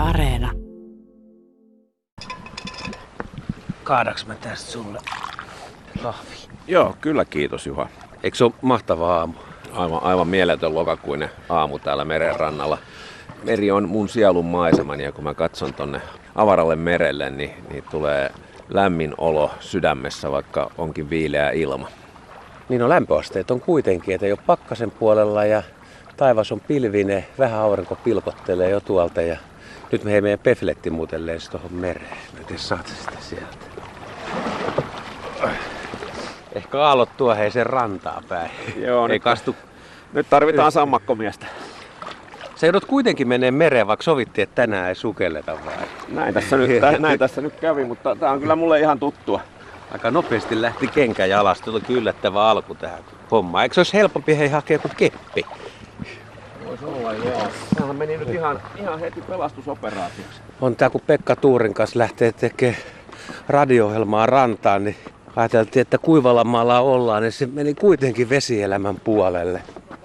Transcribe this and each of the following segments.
Areena. Kaadaks mä tästä sulle kahvi? Joo, kyllä kiitos Juha. Eikö se ole mahtava aamu? Aivan mieletön lokakuinen aamu täällä merenrannalla. Meri on mun sielun maisemani ja kun mä katson tonne avaralle merelle, niin tulee lämmin olo sydämessä, vaikka onkin viileä ilma. Niin on lämpöasteet on kuitenkin, että ei ole pakkasen puolella ja taivas on pilvinen, vähän aurinko pilkottelee jo tuolta ja nyt meidän pefletti muuten lensi tuohon mereen. Miten saat sitä sieltä? Ehkä aallot tuo sen rantaa päin. Joo, ei kastu. Nyt tarvitaan sammakkomiestä. Sä joudut kuitenkin menee mereen, vaikka sovittiin, että tänään ei sukelleta vai? Näin tässä nyt kävi, mutta tää on kyllä mulle ihan tuttua. Aika nopeasti lähti kenkä jalasta. Tuo on yllättävä alku tähän hommaan. Eikö se olisi helpompi hakea kuin keppi? Voisi olla, joo. Tämähän meni nyt ihan heti pelastusoperaatioksi. On tää, kun Pekka Tuurin kanssa lähtee tekemään radio-ohjelmaa rantaan, niin ajateltiin, että Kuivalamaalla ollaan, niin se meni kuitenkin vesielämän puolelle.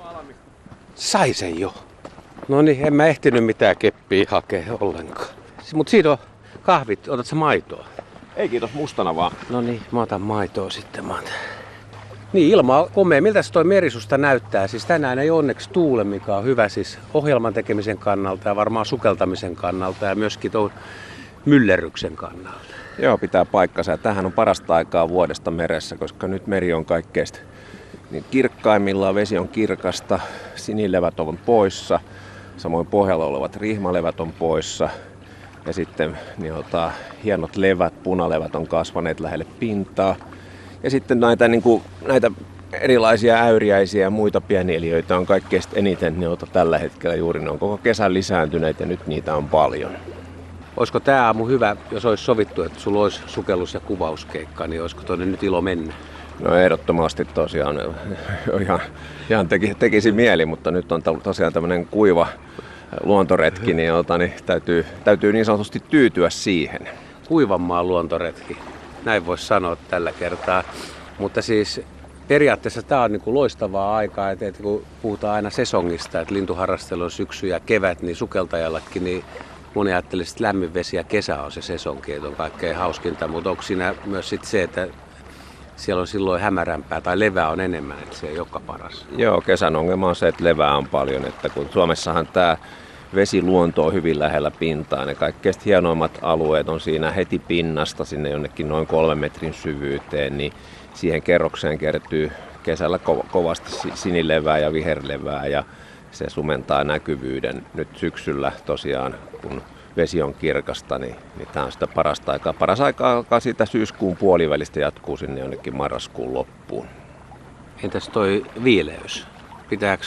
Sai sen jo. No niin, en mä ehtinyt mitään keppiä hakea ollenkaan. Mut siinä on kahvit. Otatko maitoa? Ei kiitos, mustana vaan. No niin, mä otan maitoa sitten. Niin, ilma on komea. Miltä se toi meri susta näyttää? Siis tänään ei onneksi tuule, mikä on hyvä siis ohjelman tekemisen kannalta ja varmaan sukeltamisen kannalta ja myöskin tuon myllerryksen kannalta. Joo, pitää paikkansa. Tämähän on parasta aikaa vuodesta meressä, koska nyt meri on kaikkeista niin kirkkaimmillaan, vesi on kirkasta, sinilevät on poissa, samoin pohjalla olevat rihmalevät on poissa ja sitten hienot levät, punalevät on kasvaneet lähelle pintaa. Ja sitten näitä erilaisia äyriäisiä ja muita pieneliöitä on kaikkein eniten tällä hetkellä juuri. Ne on koko kesän lisääntyneet ja nyt niitä on paljon. Olisiko tämä aamu hyvä, jos olisi sovittu, että sulla olisi sukellus- ja kuvauskeikka, niin olisiko tuonne nyt ilo mennä? No ehdottomasti tosiaan ihan tekisi mieli, mutta nyt on tosiaan tämmöinen kuiva luontoretki, niin täytyy niin sanotusti tyytyä siihen. Kuivanmaan luontoretki, näin voisi sanoa tällä kertaa. Mutta siis periaatteessa tämä on niinku loistavaa aikaa, että kun puhutaan aina sesongista, että lintuharrastelu on syksy ja kevät, niin sukeltajallakin, niin moni ajattelee, että lämmin vesi ja kesä on se sesonki, että on kaikkein hauskinta, mutta onko siinä myös sit se, että siellä on silloin hämärämpää tai levää on enemmän, että se ei olekaan paras? Joo, kesän ongelma on se, että levää on paljon, että kun Suomessahan tämä vesiluonto on hyvin lähellä pintaa, ne kaikkein hienoimmat alueet on siinä heti pinnasta sinne jonnekin noin 3 metrin syvyyteen, niin siihen kerrokseen kertyy kesällä kovasti sinilevää ja viherlevää ja se sumentaa näkyvyyden. Nyt syksyllä tosiaan, kun vesi on kirkasta, niin tämä on sitä parasta aikaa. Paras aika alkaa siitä syyskuun puolivälistä, jatkuu sinne jonnekin marraskuun loppuun. Entäs toi viileys? Pitääkö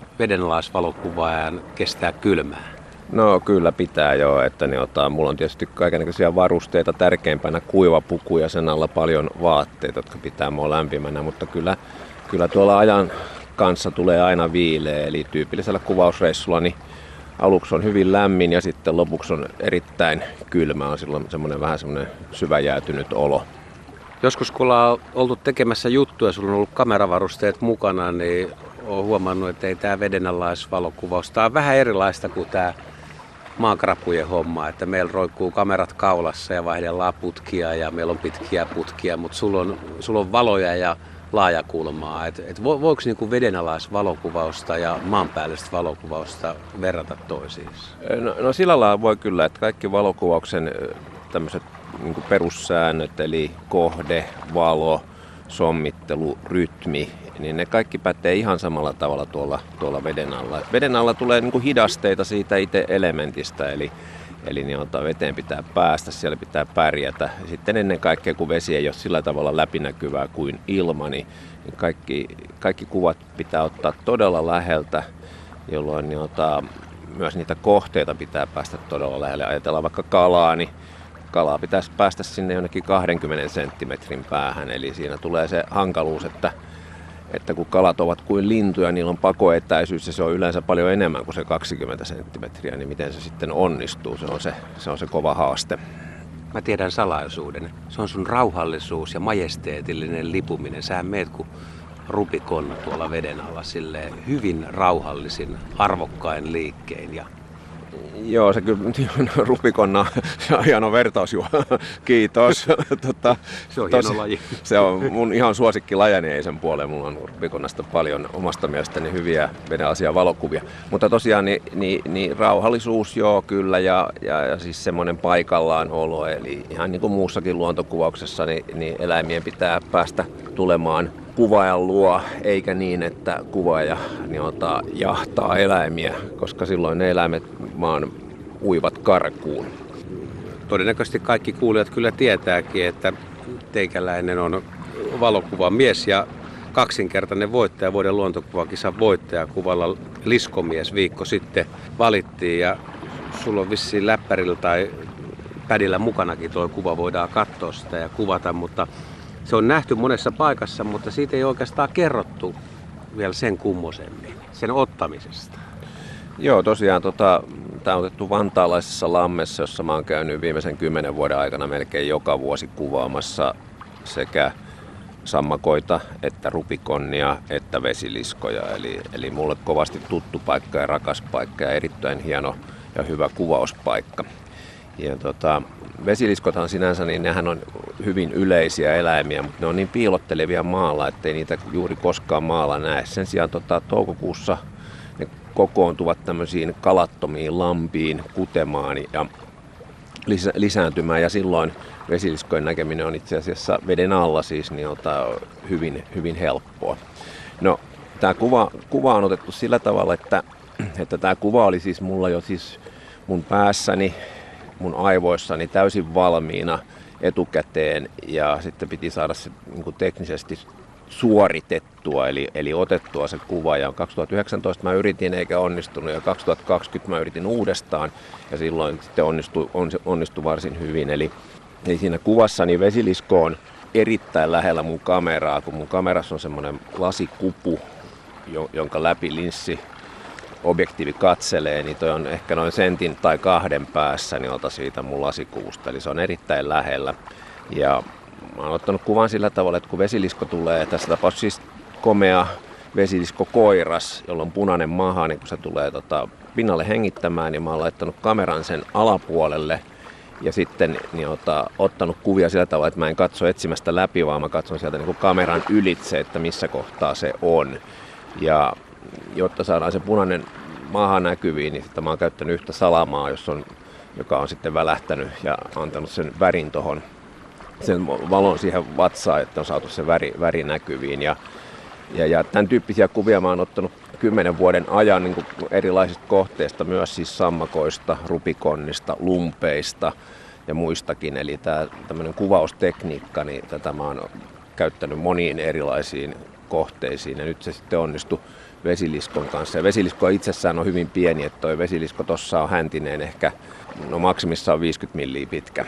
vedenalaisvalokuvaajan kestää kylmää? No kyllä pitää joo, että mulla on tietysti kaikenlaisia varusteita, tärkeimpänä kuivapuku ja sen alla paljon vaatteita, jotka pitää mua lämpimänä, mutta kyllä tuolla ajan kanssa tulee aina viileä, eli tyypillisellä kuvausreissulla niin aluksi on hyvin lämmin ja sitten lopuksi on erittäin kylmä, on silloin vähän semmoinen syväjäätynyt olo. Joskus kun ollaan oltu tekemässä juttuja ja sulla on ollut kameravarusteet mukana, niin olen huomannut, että ei tämä vedenalaisvalokuvaus, tämä on vähän erilaista kuin tämä maankrapujen homma, että meillä roikkuu kamerat kaulassa ja vaihdellaan putkia ja meillä on pitkiä putkia, mutta sulla on valoja ja laajakulmaa. Voiko niinku vedenalaisvalokuvausta ja maanpäällistä valokuvausta verrata toisiinsa? No sillä lailla voi kyllä, että kaikki valokuvauksen tämmöiset niinku perussäännöt, eli kohde, valo, sommittelu, rytmi, niin ne kaikki pätee ihan samalla tavalla tuolla veden alla. Veden alla tulee niinku hidasteita siitä itse elementistä, eli veteen pitää päästä, siellä pitää pärjätä. Ja sitten ennen kaikkea, kun vesi ei ole sillä tavalla läpinäkyvää kuin ilma, niin kaikki kuvat pitää ottaa todella läheltä, jolloin myös niitä kohteita pitää päästä todella lähelle. Ajatellaan vaikka kalaa, niin kalaa pitäisi päästä sinne jonnekin 20 senttimetrin päähän. Eli siinä tulee se hankaluus, että kun kalat ovat kuin lintuja, niillä on pakoetäisyys ja se on yleensä paljon enemmän kuin se 20 senttimetriä, niin miten se sitten onnistuu, se on se kova haaste. Mä tiedän salaisuuden. Se on sun rauhallisuus ja majesteetillinen lipuminen. Sähän meet kuin Rubikon tuolla veden alla silleen hyvin rauhallisin, arvokkain liikkein. Joo, se kyllä rupikonna hieno vertaus, kiitos. Se on hieno laji. Se on mun ihan suosikkilajani, ei sen puoleen. Mulla on rupikonnasta paljon omasta mielestäni hyviä vedenalaisia valokuvia. Mutta tosiaan niin rauhallisuus joo kyllä ja siis semmoinen paikallaan olo. Eli ihan niin kuin muussakin luontokuvauksessa, niin eläimien pitää päästä tulemaan kuvaajan luo, eikä niin, että kuvaaja jahtaa eläimiä, koska silloin ne eläimet vaan uivat karkuun. Todennäköisesti kaikki kuulijat kyllä tietääkin, että teikäläinen on valokuvamies ja kaksinkertainen voittaja, vuoden luontokuvakisan voittaja kuvalla Liskomies viikko sitten valittiin. Ja sulla on vissiin läppärillä tai pädillä mukanakin tuo kuva, voidaan katsoa sitä ja kuvata, mutta se on nähty monessa paikassa, mutta siitä ei oikeastaan kerrottu vielä sen kummosemmin, sen ottamisesta. Joo, tosiaan tämä on otettu vantaalaisessa lammessa, jossa mä oon käynyt viimeisen 10 vuoden aikana melkein joka vuosi kuvaamassa sekä sammakoita, että rupikonnia, että vesiliskoja. Eli mulle kovasti tuttu paikka ja rakas paikka ja erittäin hieno ja hyvä kuvauspaikka. Ja vesiliskothan sinänsä, niin nehän on hyvin yleisiä eläimiä, mutta ne on niin piilottelevia maalla, ettei niitä juuri koskaan maalla näe. Sen sijaan toukokuussa ne kokoontuvat tämmöisiin kalattomiin lampiin kutemaan ja lisääntymään, ja silloin vesiliskojen näkeminen on itse asiassa veden alla siis hyvin, hyvin helppoa. No, tämä kuva on otettu sillä tavalla, että tämä kuva oli siis mulla jo siis mun päässäni, mun aivoissani täysin valmiina etukäteen, ja sitten piti saada se niin kuin teknisesti suoritettua, eli otettua se kuva. Ja 2019 mä yritin eikä onnistunut, ja 2020 mä yritin uudestaan, ja silloin sitten onnistui varsin hyvin. Eli siinä kuvassa niin vesilisko on erittäin lähellä mun kameraa, kun mun kamerassa on semmoinen lasikupu, jonka läpi objektiivi katselee, niin toi on ehkä noin sentin tai 2 päässä siitä mun lasikuusta, eli se on erittäin lähellä. Ja mä oon ottanut kuvan sillä tavalla, että kun vesilisko tulee, tässä tapauksessa siis komea vesiliskokoiras, jolla on punainen maha, niin kun se tulee pinnalle hengittämään, niin mä oon laittanut kameran sen alapuolelle ja sitten ottanut kuvia sillä tavalla, että mä en katso etsimästä läpi, vaan mä katson sieltä niin kuin kameran ylitse, että missä kohtaa se on. Ja jotta saadaan se punainen maha näkyviin, niin sitten mä oon käyttänyt yhtä salamaa, joka on sitten välähtänyt ja antanut sen värin tohon, sen valon siihen vatsaan, että on saatu se väri näkyviin. Ja tämän tyyppisiä kuvia mä oon ottanut 10 vuoden ajan niin kuin erilaisista kohteista, myös siis sammakoista, rupikonnista, lumpeista ja muistakin. Eli tämä tämmöinen kuvaustekniikka, niin tätä mä oon käyttänyt moniin erilaisiin kohteisiin, ja nyt se sitten onnistui vesiliskon kanssa. Ja vesilisko itsessään on hyvin pieni, että toi vesilisko tuossa on häntineen ehkä maksimissaan 50 milliä pitkä.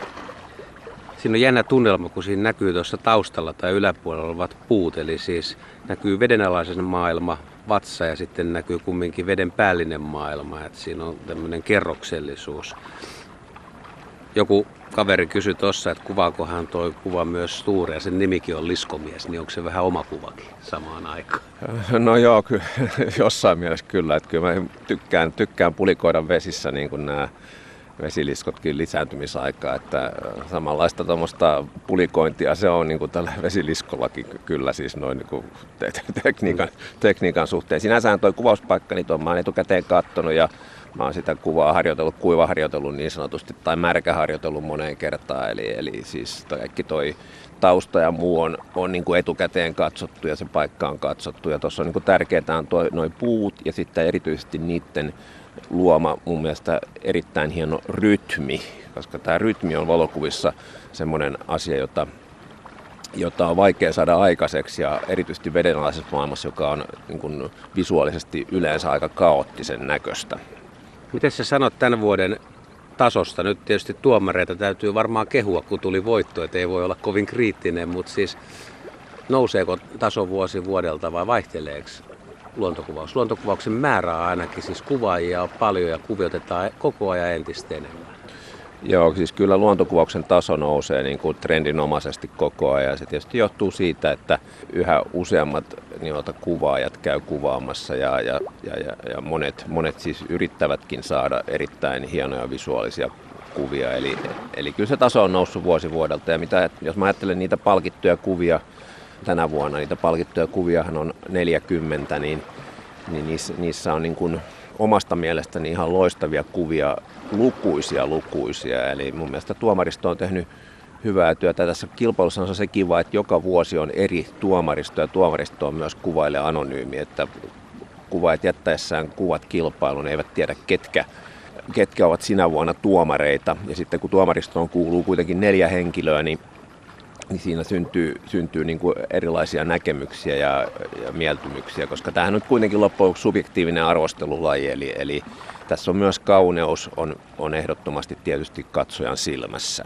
Siinä on jännä tunnelma, kun siinä näkyy tuossa taustalla tai yläpuolella olevat puut, eli siis näkyy vedenalaisen maailma, vatsa, ja sitten näkyy kumminkin veden päällinen maailma, että siinä on tämmöinen kerroksellisuus. Joku kaveri kysyi tuossa, että kuvaakohan toi kuva myös Sture, ja sen nimikin on Liskomies, niin onko se vähän oma kuvakin samaan aikaan? No joo, kyllä, jossain mielessä kyllä. Että kyllä mä tykkään pulikoida vesissä niin kuin nämä vesiliskotkin lisääntymisaikaa, että samanlaista tuommoista pulikointia se on niin kuin tällä vesiliskollakin kyllä siis noin niin kuin tekniikan suhteen. Sinänsähän toi kuvauspaikka, niin tuon mä oon etukäteen katsonut ja mä oon sitä kuvaa harjoitellut, kuivaharjoitellut niin sanotusti, tai märkäharjoitellut moneen kertaan, eli siis kaikki toi tausta ja muu on niin kuin etukäteen katsottu ja se paikka on katsottu. Ja tuossa on niin kuin tärkeää on noi puut ja sitten erityisesti niiden luoma mun mielestä erittäin hieno rytmi, koska tämä rytmi on valokuvissa semmoinen asia, jota on vaikea saada aikaiseksi, ja erityisesti vedenalaisessa maailmassa, joka on niin kuin visuaalisesti yleensä aika kaoottisen näköistä. Miten sä sanot tämän vuoden tasosta? Nyt tietysti tuomareita täytyy varmaan kehua, kun tuli voitto, että ei voi olla kovin kriittinen, mutta siis nouseeko taso vuosi vuodelta vai vaihteleeko luontokuvaus? Luontokuvauksen määrää ainakin, siis kuvaajia on paljon ja kuviotetaan koko ajan entistä enemmän. Joo, siis kyllä luontokuvauksen taso nousee niin kuin trendinomaisesti koko ajan. Se tietysti johtuu siitä, että yhä useammat kuvaajat käy kuvaamassa ja monet siis yrittävätkin saada erittäin hienoja visuaalisia kuvia. Eli kyllä se taso on noussut vuosi vuodelta. Ja jos mä ajattelen niitä palkittuja kuvia tänä vuonna, niitä palkittuja kuviahan on 40, niin niissä on niin kuin omasta mielestäni ihan loistavia kuvia, lukuisia. Eli mun mielestä tuomaristo on tehnyt hyvää työtä. Tässä kilpailussa on se kiva, että joka vuosi on eri tuomaristo ja tuomaristo on myös kuvaille anonyymi, että kuvaajat jättäessään kuvat kilpailun eivät tiedä ketkä ovat sinä vuonna tuomareita. Ja sitten kun tuomaristoon kuuluu kuitenkin 4 henkilöä, niin siinä syntyy niin kuin erilaisia näkemyksiä ja mieltymyksiä, koska tämähän on kuitenkin loppujen lopuksi subjektiivinen arvostelulaji, eli tässä on myös kauneus on ehdottomasti tietysti katsojan silmässä.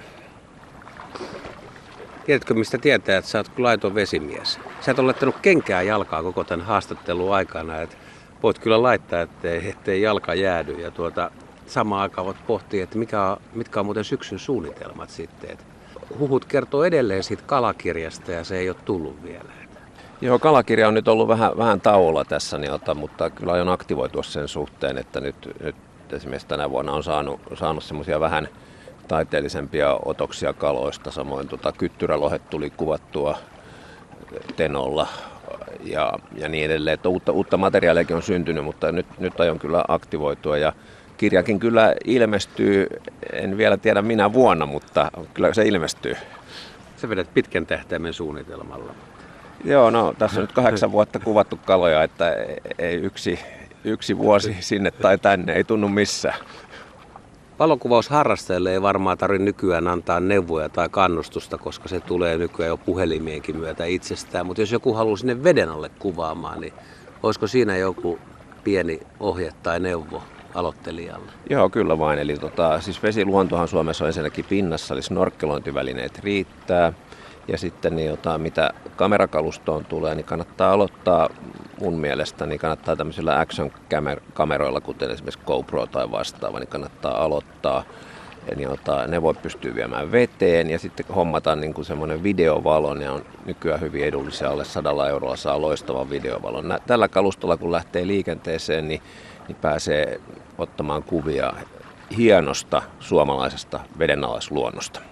Tiedätkö, mistä tietää, että sä oot laiton vesimies? Sä et ole laittanut kenkää jalkaa koko tämän haastattelun aikana, että voit kyllä laittaa, ettei jalka jäädy. Ja samaan aikaan voit pohtia, että mitkä on muuten syksyn suunnitelmat sitten. Huhut kertoo edelleen siitä kalakirjasta ja se ei ole tullut vielä. Joo, kalakirja on nyt ollut vähän tauolla tässä, mutta kyllä aion aktivoitua sen suhteen, että nyt esimerkiksi tänä vuonna on saanut semmoisia vähän taiteellisempia otoksia kaloista. Samoin kyttyrälohet tuli kuvattua Tenolla ja niin edelleen. Että uutta materiaaliakin on syntynyt, mutta nyt aion kyllä aktivoitua. Ja kirjakin kyllä ilmestyy, en vielä tiedä minä vuonna, mutta kyllä se ilmestyy. Sä vedät pitkän tähtäimen suunnitelmalla. Joo, no tässä on nyt 8 vuotta kuvattu kaloja, että ei yksi vuosi sinne tai tänne, ei tunnu missään. Valokuvausharrastajille ei varmaan tarvitse nykyään antaa neuvoja tai kannustusta, koska se tulee nykyään jo puhelimienkin myötä itsestään. Mutta jos joku haluaa sinne veden alle kuvaamaan, niin olisiko siinä joku pieni ohje tai neuvo aloittelijalle? Joo, kyllä vain. Eli siis vesiluontohan Suomessa on ensinnäkin pinnassa, eli snorkkelointivälineet riittää. Ja sitten mitä kamerakalustoon tulee, niin kannattaa aloittaa mun mielestä, niin kannattaa tämmöisillä action-kameroilla, kuten esimerkiksi GoPro tai vastaava, niin kannattaa aloittaa. Eli ne voi pystyä viemään veteen ja sitten hommata niin kuin semmoinen videovalo, ne on nykyään hyvin edullisia, alle 100 eurolla saa loistavan videovalon. Tällä kalustolla kun lähtee liikenteeseen, niin pääsee ottamaan kuvia hienosta suomalaisesta vedenalaisluonnosta.